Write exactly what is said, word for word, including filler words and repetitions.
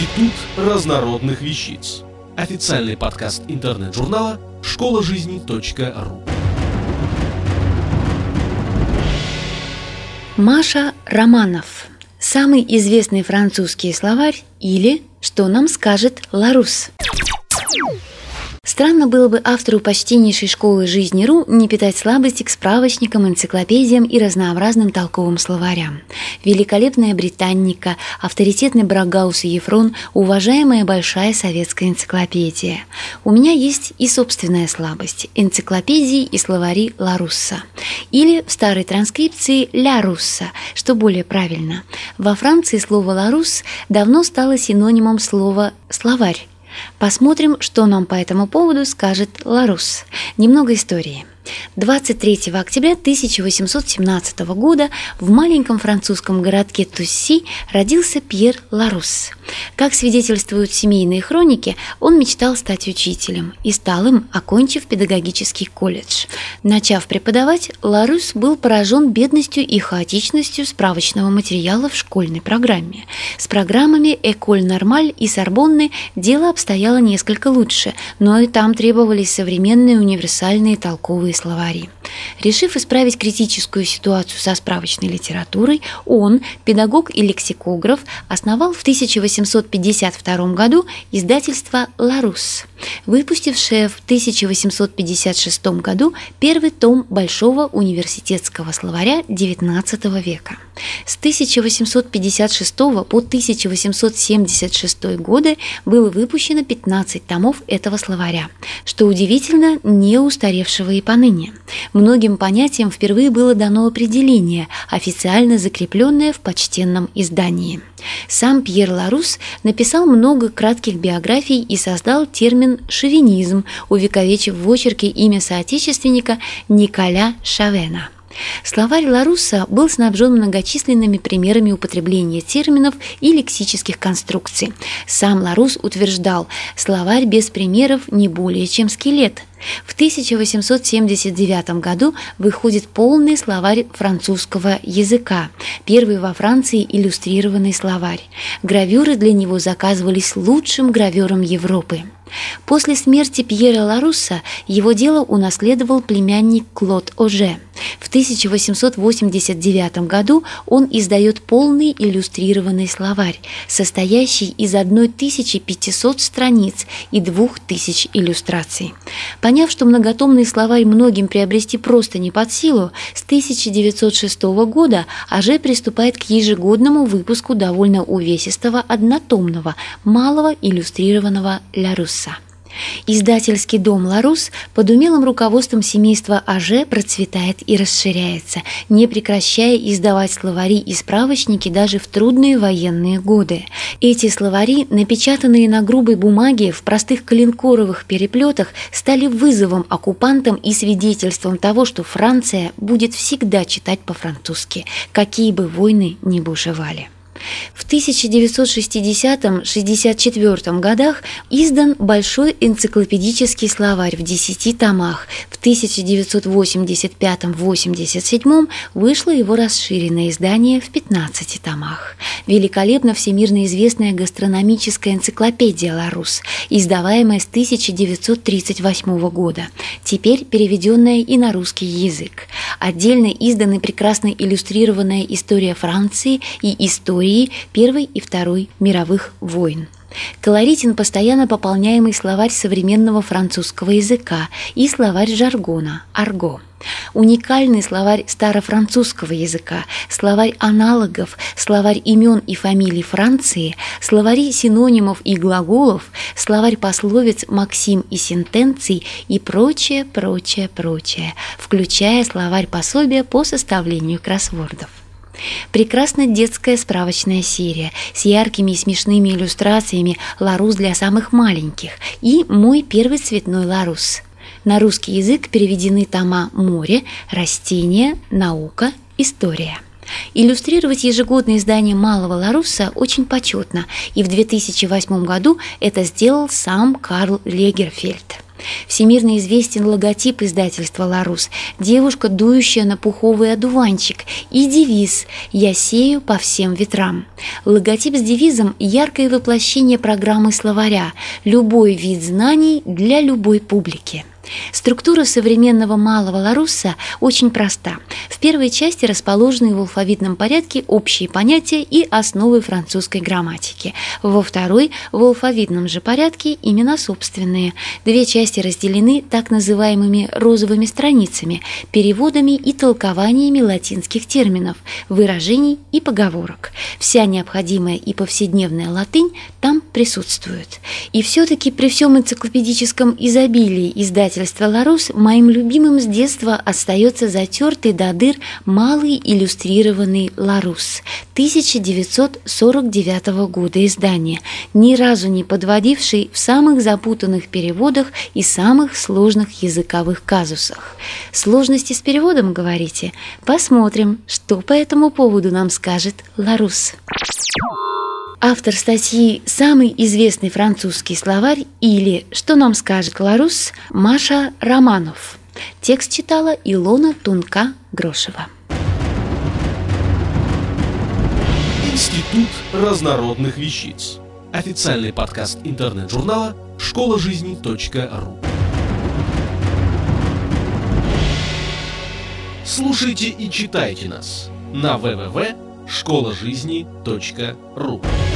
Институт разнородных вещиц. Официальный подкаст интернет-журнала школа жизни точка ру. Маша Романов. Самый известный французский словарь или «Что нам скажет Ларус». Странно было бы автору почтеннейшей школы жизни.ру не питать слабости к справочникам, энциклопедиям и разнообразным толковым словарям. Великолепная Британника, авторитетный Брагаус и Ефрон, уважаемая большая советская энциклопедия. У меня есть и собственная слабость – энциклопедии и словари Ларусса. Или в старой транскрипции «Ля Русса», что более правильно. Во Франции слово «Ларус» давно стало синонимом слова «словарь». Посмотрим, что нам по этому поводу скажет Ларус. Немного истории. двадцать третьего октября тысяча восемьсот семнадцатого года в маленьком французском городке Тусси родился Пьер Ларус. Как свидетельствуют семейные хроники, он мечтал стать учителем и стал им, окончив педагогический колледж. Начав преподавать, Ларус был поражен бедностью и хаотичностью справочного материала в школьной программе. С программами «Эколь Нормаль» и «Сорбонны» дело обстояло несколько лучше, но и там требовались современные универсальные толковые словари. Решив исправить критическую ситуацию со справочной литературой, он, педагог и лексикограф, основал в тысяча восемьсот пятьдесят втором году издательство «Ларус», выпустившее в тысяча восемьсот пятьдесят шестом году первый том Большого университетского словаря девятнадцатого века. С тысяча восемьсот пятьдесят шестого по тысяча восемьсот семьдесят шестой годы было выпущено пятнадцать томов этого словаря, что удивительно, не устаревшего и поныне. Многим понятиям впервые было дано определение, официально закрепленное в почтенном издании. Сам Пьер Ларус написал много кратких биографий и создал термин «шовинизм», увековечив в очерке имя соотечественника Николя Шавена. Словарь Ларусса был снабжен многочисленными примерами употребления терминов и лексических конструкций. Сам Ларус утверждал, словарь без примеров не более чем скелет. В тысяча восемьсот семьдесят девятом году выходит полный словарь французского языка, первый во Франции иллюстрированный словарь. Гравюры для него заказывались лучшим гравером Европы. После смерти Пьера Ларусса его дело унаследовал племянник Клод Оже. В тысяча восемьсот восемьдесят девятом году он издает полный иллюстрированный словарь, состоящий из тысячи пятисот страниц и двух тысяч иллюстраций. Поняв, что многотомный словарь многим приобрести просто не под силу, с тысяча девятьсот шестого года Оже приступает к ежегодному выпуску довольно увесистого однотомного, малого иллюстрированного Ларусса. Издательский дом «Ларус» под умелым руководством семейства Оже процветает и расширяется, не прекращая издавать словари и справочники даже в трудные военные годы. Эти словари, напечатанные на грубой бумаге в простых коленкоровых переплетах, стали вызовом оккупантам и свидетельством того, что Франция будет всегда читать по-французски, какие бы войны ни бушевали. В тысяча девятьсот шестидесятом — шестьдесят четвёртом годах издан Большой энциклопедический словарь в десяти томах. В тысяча девятьсот восемьдесят пятом — восемьдесят седьмом вышло его расширенное издание в пятнадцати томах. Великолепна всемирно известная гастрономическая энциклопедия «Ларус», издаваемая с тысяча девятьсот тридцать восьмого года, теперь переведенная и на русский язык. Отдельно изданы прекрасно иллюстрированная история Франции и истории Первой и Второй мировых войн. Колоритен постоянно пополняемый словарь современного французского языка и словарь жаргона «Арго». Уникальный словарь старофранцузского языка, словарь аналогов, словарь имен и фамилий Франции, словари синонимов и глаголов, словарь пословиц, максим и сентенций и прочее, прочее, прочее, включая словарь пособия по составлению кроссвордов. Прекрасна детская справочная серия с яркими и смешными иллюстрациями «Ларус для самых маленьких» и «Мой первый цветной Ларус». На русский язык переведены тома «Море», «Растения», «Наука», «История». Иллюстрировать ежегодное издание «Малого Ларусса» очень почетно, и в две тысячи восьмом году это сделал сам Карл Лагерфельд. Всемирно известен логотип издательства «Ларус» – девушка, дующая на пуховый одуванчик, и девиз «Я сею по всем ветрам». Логотип с девизом – яркое воплощение программы словаря «Любой вид знаний для любой публики». Структура современного Малого Ларусса очень проста. В первой части расположены в алфавитном порядке общие понятия и основы французской грамматики. Во второй – в алфавитном же порядке имена собственные. Две части разделены так называемыми розовыми страницами, переводами и толкованиями латинских терминов, выражений и поговорок. Вся необходимая и повседневная латынь там присутствует. И все-таки при всем энциклопедическом изобилии издательства «Ларус» моим любимым с детства остается затертый до дыр малый иллюстрированный «Ларус» тысяча девятьсот сорок девятого года издания, ни разу не подводивший в самых запутанных переводах и самых сложных языковых казусах. Сложности с переводом, говорите? Посмотрим, что по этому поводу нам скажет «Ларус». Автор статьи «Самый известный французский словарь» или «Что нам скажет Ларус» Маша Романов. Текст читала Илона Тунка-Грошева. Институт разнородных вещиц. Официальный подкаст интернет-журнала школа жизни точка ру. Слушайте и читайте нас на дабл ю дабл ю дабл ю точка школа жизни точка ру.